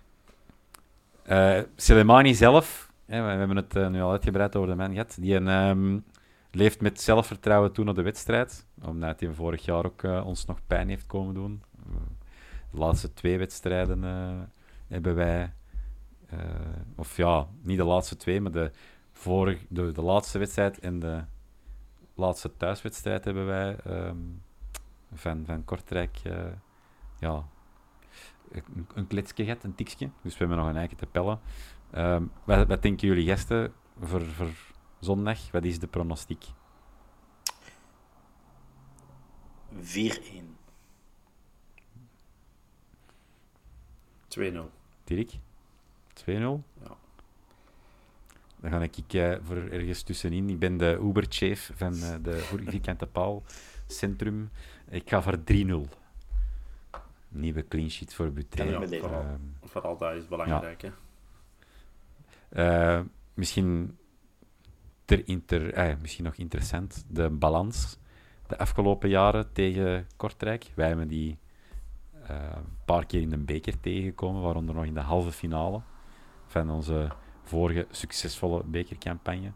Uh, Selemani zelf, hè, we hebben het uh, nu al uitgebreid over de man gehad, die een, um, leeft met zelfvertrouwen toe naar de wedstrijd, omdat hij vorig jaar ook uh, ons nog pijn heeft komen doen. Uh, de laatste twee wedstrijden uh, hebben wij, uh, of ja, niet de laatste twee, maar de, vorige, de, de laatste wedstrijd en de laatste thuiswedstrijd hebben wij um, van, van Kortrijk, uh, ja... Een, een kletsje gehad, een tikje. Dus we hebben nog een eiken te pellen. Um, wat, wat denken jullie gasten voor, voor zondag? Wat is de pronostiek? vier-een. twee nul. Dirk? twee nul? Ja. Dan ga ik uh, voor ergens tussenin. Ik ben de Uber-chef van uh, de Vierkante Paal Centrum. Ik ga voor drie nul. Nieuwe clean sheet voor Buté. Ja, Ja, vooral, um, vooral dat is belangrijk. Ja. Hè? Uh, misschien, ter inter, eh, misschien nog interessant, de balans de afgelopen jaren tegen Kortrijk. Wij hebben die uh, een paar keer in de beker tegengekomen, waaronder nog in de halve finale van onze vorige succesvolle bekercampagne.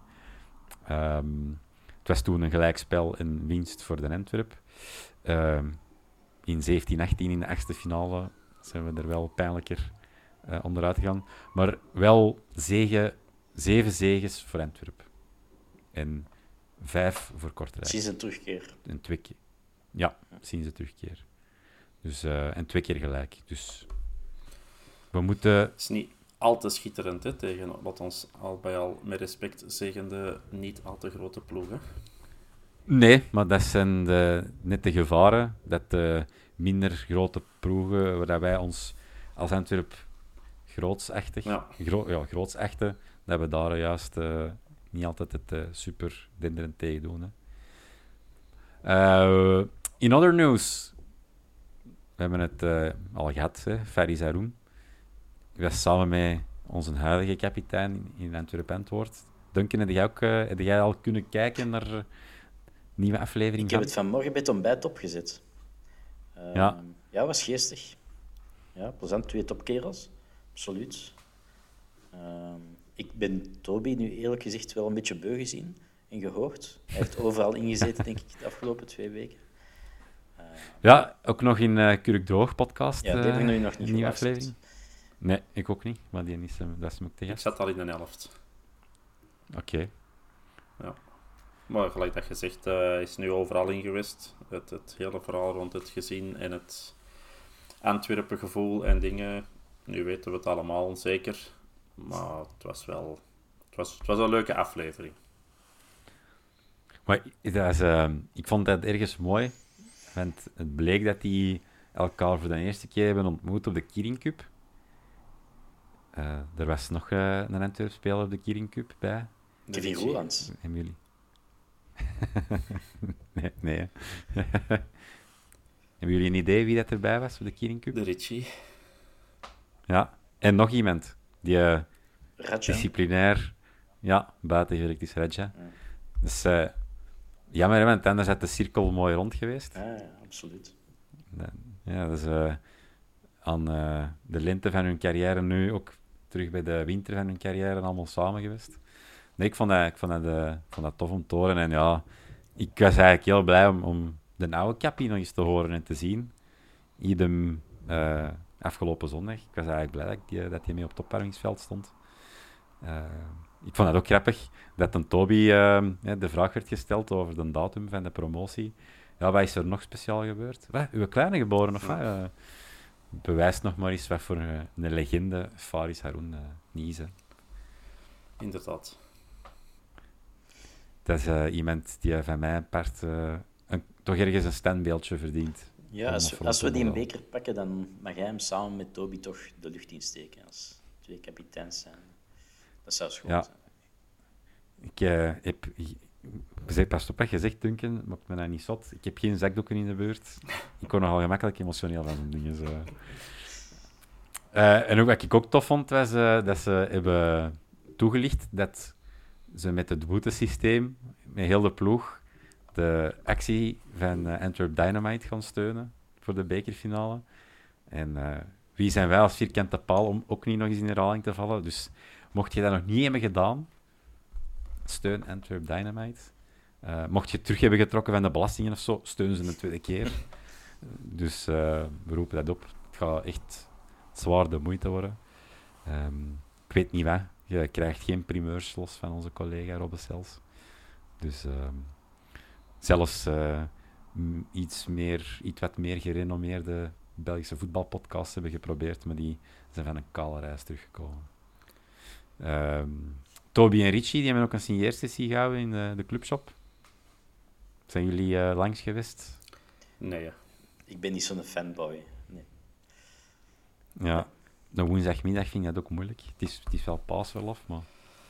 Um, het was toen een gelijkspel en winst voor de Antwerp. Um, in zeventien achttien in de achtste finale zijn we er wel pijnlijker uh, onderuit gegaan. Maar wel zege, zeven zeges voor Antwerp. En vijf voor Kortrijk. Sinds een terugkeer. En twee keer. Ja, sinds de terugkeer. Dus, uh, en twee keer gelijk. Dus we moeten... Het is niet al te schitterend, hè, tegen wat ons al bij al met respect zeggende niet al te grote ploegen. Nee, maar dat zijn de, net de gevaren. Dat de minder grote ploegen, waar wij ons als Antwerp grootsachtig, Ja. gro- ja, grootsachten, dat we daar juist uh, niet altijd het uh, super denderend tegen doen. Hè. Uh, in other news, we hebben het uh, al gehad, hè, Faris Haroun. Ik was samen met onze huidige kapitein in Antwerp-Antwoord. Duncan, heb jij, ook, uh, heb jij al kunnen kijken naar een nieuwe aflevering? Ik heb van? het vanmorgen bij het ontbijt opgezet. Uh, Ja. Ja, was geestig. Ja, plezant. Twee topkerels. Absoluut. Uh, ik ben Toby nu eerlijk gezegd wel een beetje beu gezien en gehoord. Hij heeft overal ingezeten, denk ik, de afgelopen twee weken. Uh, Ja, ook nog in uh, Kurk Droog podcast. Ja, die heb ik nu nog niet een nieuwe geluisterd. aflevering. Nee, ik ook niet, maar die is, uh, dat is me ook te Ik gast. zat al in de helft. Oké. Okay. Ja. Maar gelijk dat je zegt, uh, is nu overal in geweest. Het, het hele verhaal rond het gezin en het Antwerpen gevoel en dingen. Nu weten we het allemaal zeker. Maar het was wel... Het was, het was een leuke aflevering. Maar dat is, uh, ik vond dat ergens mooi. Want het bleek dat die elkaar voor de eerste keer hebben ontmoet op de Kirin Cup. Uh, er was nog uh, een Antwerp-speler op de Kirin Cup bij. Kevin Roelands. Hebben jullie? nee, nee. Hebben jullie een idee wie dat erbij was op de Kirin Cup? De Ritchie. Ja, en nog iemand. Die uh, Radja. disciplinair... Ja, buitengewerkt is Radja. Ja. Dus uh, jammer, hè, want anders had de cirkel mooi rond geweest. Ja, ja absoluut. Ja, dat is uh, aan uh, de lente van hun carrière nu ook terug bij de winter van hun carrière allemaal samen geweest. Nee, ik vond dat, ik vond dat, uh, ik vond dat tof om te horen. En ja, ik was eigenlijk heel blij om, om de oude Cappie nog eens te horen en te zien. Idem uh, afgelopen zondag. Ik was eigenlijk blij dat hij dat die mee op het opwarmingsveld stond. Uh, ik vond het ook grappig dat een Toby uh, de vraag werd gesteld over de datum van de promotie. Ja, wat is er nog speciaal gebeurd? Wat, uw kleine geboren of wat? Uh, bewijst nog maar eens wat voor een, een legende Faris Haroun uh, niet is. Hè. Inderdaad. Dat is uh, iemand die van mij apart uh, een, toch ergens een standbeeldje verdient. Ja, als, als we die een beker pakken, dan mag hij hem samen met Toby toch de lucht insteken als twee kapiteins zijn. Dat zou schoon ja. zijn. Ik uh, heb... Zeg, pas op wat je zegt, Duncan, maakt me nou niet zot. Ik heb geen zakdoeken in de buurt. Ik kon nogal gemakkelijk emotioneel van zo'n dingen. Zo. Uh, en ook wat ik ook tof vond, was uh, dat ze hebben toegelicht dat ze met het boetesysteem, met heel de ploeg, de actie van uh, Antwerp Dynamite gaan steunen voor de bekerfinale. En uh, wie zijn wij als vierkante paal om ook niet nog eens in herhaling te vallen? Dus mocht je dat nog niet hebben gedaan, steun Antwerp Dynamite. Uh, mocht je terug hebben getrokken van de belastingen of zo, steun ze een tweede keer. Dus uh, we roepen dat op. Het gaat echt zwaar de moeite worden. Um, ik weet niet wat. Je krijgt geen primeurs los van onze collega Robbe Sels. Dus um, zelfs uh, m- iets, meer, iets wat meer gerenommeerde Belgische voetbalpodcasts hebben geprobeerd, maar die zijn van een kale reis teruggekomen. Um, Toby en Richie die hebben ook een signeersessie gehouden in de, de clubshop. Zijn jullie uh, langs geweest? Nee. Ik ben niet zo'n fanboy. Nee. Ja, de woensdagmiddag vind ik dat ook moeilijk. Het is, het is wel paasverlof, maar...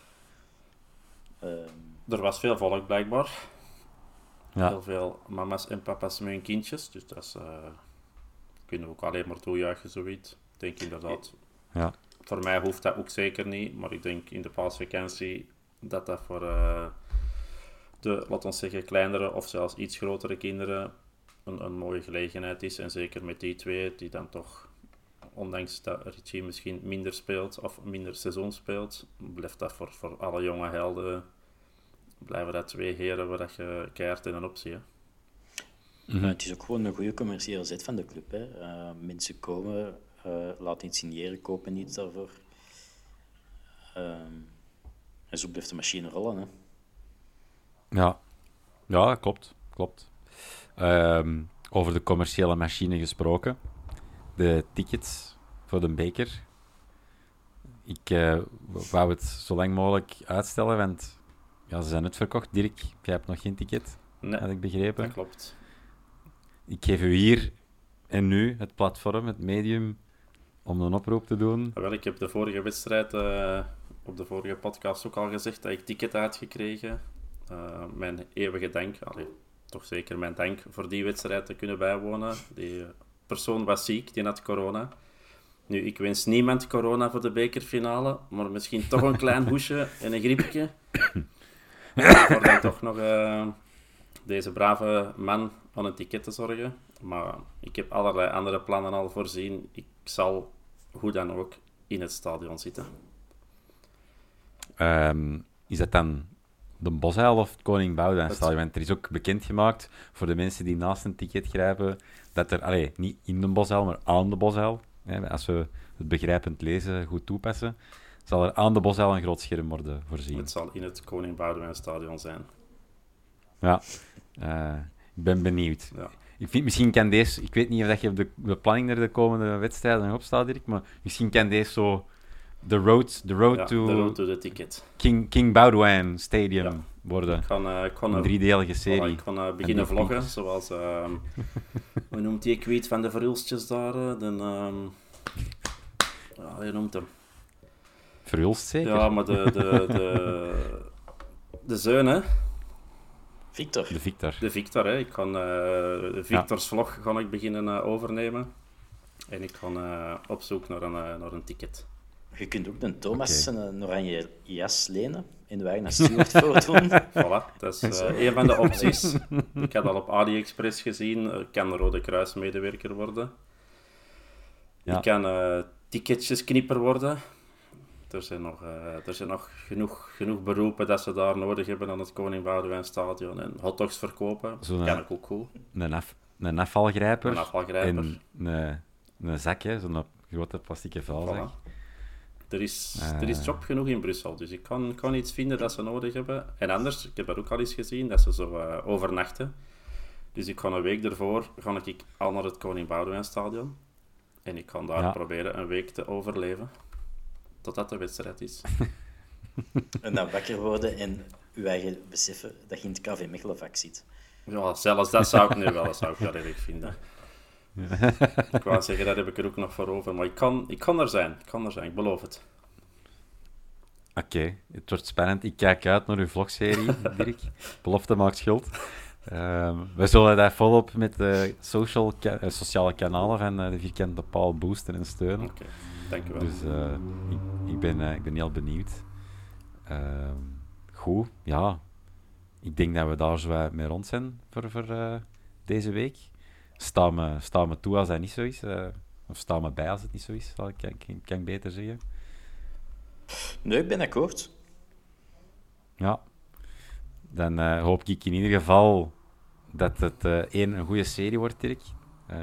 Um... Er was veel volk, blijkbaar. Ja. Heel veel mama's en papa's met hun kindjes. Dus dat is, uh, kunnen we ook alleen maar toejuichen, zoiets. Ik denk inderdaad... Ja. Voor mij hoeft dat ook zeker niet, maar ik denk in de paasvakantie dat dat voor uh, de, laten we zeggen, kleinere of zelfs iets grotere kinderen een, een mooie gelegenheid is. En zeker met die twee, die dan toch, ondanks dat Richie misschien minder speelt of minder seizoen speelt, blijft dat voor, voor alle jonge helden, blijven dat twee heren waar dat je keihard in een optie. Hè? Mm-hmm. Uh, het is ook gewoon een goede commerciële zet van de club. Hè. Uh, mensen komen... Uh, laten iets signeren, kopen niets daarvoor. Um, en zo blijft de machine rollen. Hè. Ja. Ja, klopt. klopt. Um, over de commerciële machine gesproken. De tickets voor de beker. Ik uh, wou het zo lang mogelijk uitstellen, want ja, ze zijn uitverkocht. Dirk, jij hebt nog geen ticket, nee, had ik begrepen. Dat klopt. Ik geef u hier en nu het platform, het medium, om een oproep te doen. Wel, ik heb de vorige wedstrijd, uh, op de vorige podcast ook al gezegd, dat ik ticket had gekregen. Uh, mijn eeuwige dank, allee, toch zeker mijn dank voor die wedstrijd te kunnen bijwonen. Die persoon was ziek, die had corona. Nu, ik wens niemand corona voor de bekerfinale, maar misschien toch een klein hoesje en een griepje. Voor dan toch nog uh, deze brave man aan een ticket te zorgen. Maar ik heb allerlei andere plannen al voorzien. Ik zal, hoe dan ook, in het stadion zitten. Um, is dat dan de Bosuil of het Koning Boudewijn stadion? Want er is ook bekendgemaakt, voor de mensen die naast een ticket grijpen, dat er, allee, niet in de Bosuil, maar aan de Bosuil, hè, als we het begrijpend lezen goed toepassen, zal er aan de Bosuil een groot scherm worden voorzien. Het zal in het Koning Boudewijn stadion zijn. Ja, uh, ik ben benieuwd. Ja. Ik vind, misschien kan deze... Ik weet niet of dat je op de, de planning naar de komende wedstrijden nog opstaat, Dirk, maar misschien kan deze zo The road, the road, ja, to, the road to the ticket. King, King Baudouin Stadium Ja. worden. Ik kan, uh, ik kan een een driedelige serie. Voilà, ik kan uh, beginnen vloggen, zoals... Uh, hoe noemt die kwiet van de verhulstjes daar? Uh, de, um, ja, je noemt hem. Verhulst zeker? Ja, maar de... de, de, de zeun, hè? Victor. De Victor. De Victor, hè. Ik kan uh, de Victors ja. vlog ga ik beginnen uh, overnemen. En ik ga uh, op zoek naar een, uh, naar een ticket. Je kunt ook de Thomas okay. een oranje jas lenen en de wagen naar Stuart voordoen. Voilà, dat is uh, een van de opties. Ik heb al op AliExpress gezien. Ik kan Rode Kruis medewerker worden. Ja. Ik kan uh, ticketjesknipper worden. Er zijn nog, uh, er zijn nog genoeg, genoeg beroepen dat ze daar nodig hebben aan het Koning Boudewijn Stadion. En hotdogs verkopen, dat kan ik ook goed. Een, af, een afvalgrijper. Een afvalgrijper. En een, een zakje, zo'n grote plastieke vuilzak. Voilà. Er is, uh, er is job genoeg in Brussel, dus ik kan, kan iets vinden dat ze nodig hebben. En anders, ik heb dat ook al eens gezien, dat ze zo uh, overnachten. Dus ik kan een week ervoor ga ik al naar het Koning Boudewijn Stadion. En ik kan daar ja. proberen een week te overleven. Totdat de wedstrijd is. En dan wakker worden en je eigen beseffen dat je in het K V Mechelen-vak zit. Ja, zelfs dat zou ik nu wel, dat zou ik wel erg vinden. Ik wou zeggen, dat heb ik er ook nog voor over. Maar ik kan, ik kan er zijn, ik kan er zijn, ik beloof het. Oké, okay, het wordt spannend. Ik kijk uit naar uw vlogserie, Dirk. Belofte maakt schuld. Uh, we zullen dat volop met de social ka- uh, sociale kanalen van uh, de Vierkante Paal boosten en steunen. Oké, okay, dank u wel. Dus uh, ik, ik, ben, uh, ik ben heel benieuwd. Uh, goed, ja. Ik denk dat we daar zo mee rond zijn voor, voor uh, deze week. Sta me, sta me toe als dat niet zo is. Uh, of sta me bij als het niet zo is, zal ik, kan, kan ik beter zeggen. Nee, ik ben akkoord. Ja. Dan uh, hoop ik in ieder geval dat het uh, één, een goede serie wordt, Dirk. Uh,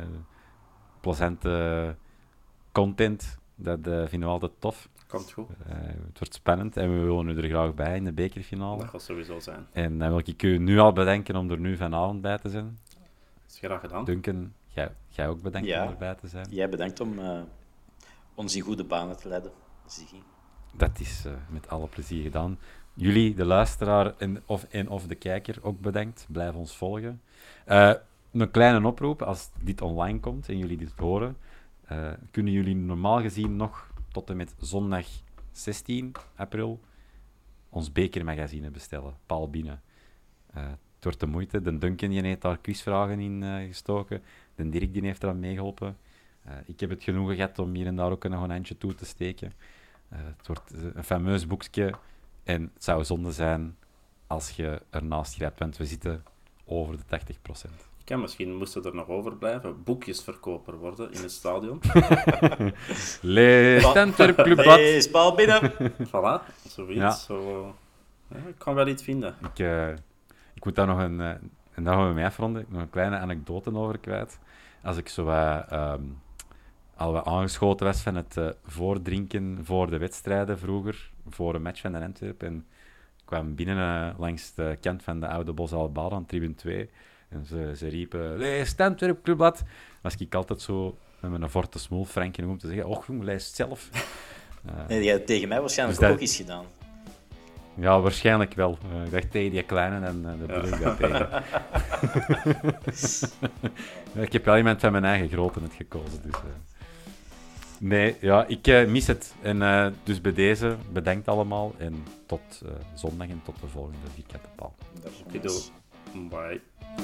plezante content, dat uh, vinden we altijd tof. Komt goed. Uh, het wordt spannend en we willen u er graag bij in de bekerfinale. Dat gaat sowieso zijn. En dan wil ik u nu al bedenken om er nu vanavond bij te zijn. Dat is graag gedaan. Duncan, jij, jij ook bedankt ja, om erbij te zijn. Jij bedankt om uh, ons in goede banen te leiden, Ziggy. Dat is uh, met alle plezier gedaan. Jullie, de luisteraar en of, en of de kijker, ook bedankt. Blijf ons volgen. Uh, een kleine oproep, als dit online komt en jullie dit horen, uh, kunnen jullie normaal gezien nog tot en met zondag zestien april ons bekermagazine bestellen. Paal binnen. Uh, het wordt de moeite. De Duncan die heeft daar quizvragen in uh, gestoken. De Dirk die heeft eraan meegeholpen. Uh, ik heb het genoegen gehad om hier en daar ook nog een handje toe te steken. Uh, het wordt een fameus boekje. En het zou zonde zijn als je ernaast grijpt, want we zitten over de tachtig procent. Ik kan misschien, moesten er nog overblijven, boekjesverkoper worden in het stadion. Lees Antwerp Clubblad. Lees bal binnen. Voilà, zoiets. Ja. Zo, ja, ik kan wel iets vinden. Ik, uh, ik moet daar nog een... Uh, en daar gaan we mee afronden. Nog een kleine anekdote over kwijt. Als ik zo wat... Um, al wat aangeschoten was van het uh, voordrinken voor de wedstrijden vroeger, voor een match van de Antwerpen. En ik kwam binnen uh, langs de kant van de oude Bosalbaan aan tribune twee. En ze, ze riepen, lees het Antwerp Clubblad. Was ik altijd zo met mijn forte smoel Frank om te zeggen, och jong, lees het zelf. Uh, nee, die had tegen mij waarschijnlijk dus dat... ook iets gedaan. Ja, waarschijnlijk wel. Uh, ik dacht tegen die kleine en uh, dat bedoel ik dat tegen. Ik heb wel iemand van mijn eigen grootte net gekozen, dus... Uh... Nee, ja, ik uh, mis het. En uh, dus bij deze, bedankt allemaal. En tot uh, zondag en tot de volgende Vierkante Paal. Bye.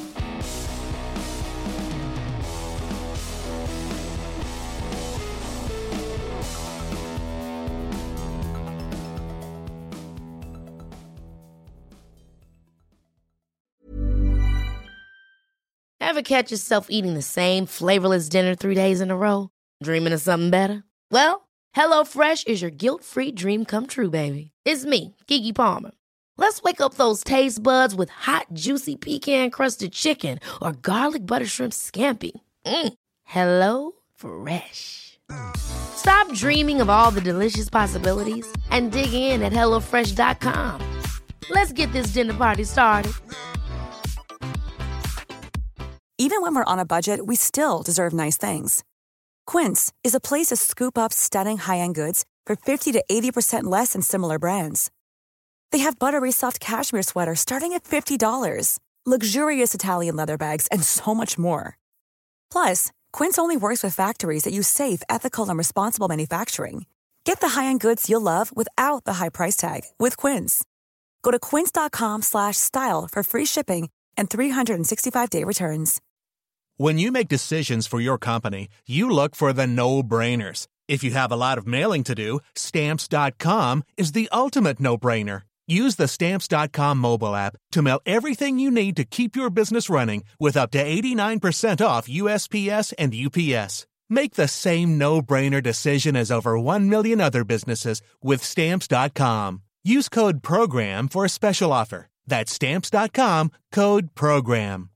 Ever catch yourself eating the same flavorless dinner three days in a row? Dreaming of something better? Well, HelloFresh is your guilt-free dream come true, baby. It's me, Keke Palmer. Let's wake up those taste buds with hot, juicy pecan-crusted chicken or garlic butter shrimp scampi. Mm. Hello Fresh. Stop dreaming of all the delicious possibilities and dig in at hello fresh dot com. Let's get this dinner party started. Even when we're on a budget, we still deserve nice things. Quince is a place to scoop up stunning high-end goods for fifty to eighty percent less than similar brands. They have buttery soft cashmere sweaters starting at fifty dollars, luxurious Italian leather bags, and so much more. Plus, Quince only works with factories that use safe, ethical, and responsible manufacturing. Get the high-end goods you'll love without the high price tag with Quince. Go to quince.com slash style for free shipping and three sixty-five day returns. When you make decisions for your company, you look for the no-brainers. If you have a lot of mailing to do, Stamps dot com is the ultimate no-brainer. Use the Stamps dot com mobile app to mail everything you need to keep your business running with up to eighty-nine percent off U S P S and U P S. Make the same no-brainer decision as over one million other businesses with Stamps dot com. Use code PROGRAM for a special offer. That's Stamps dot com, code PROGRAM.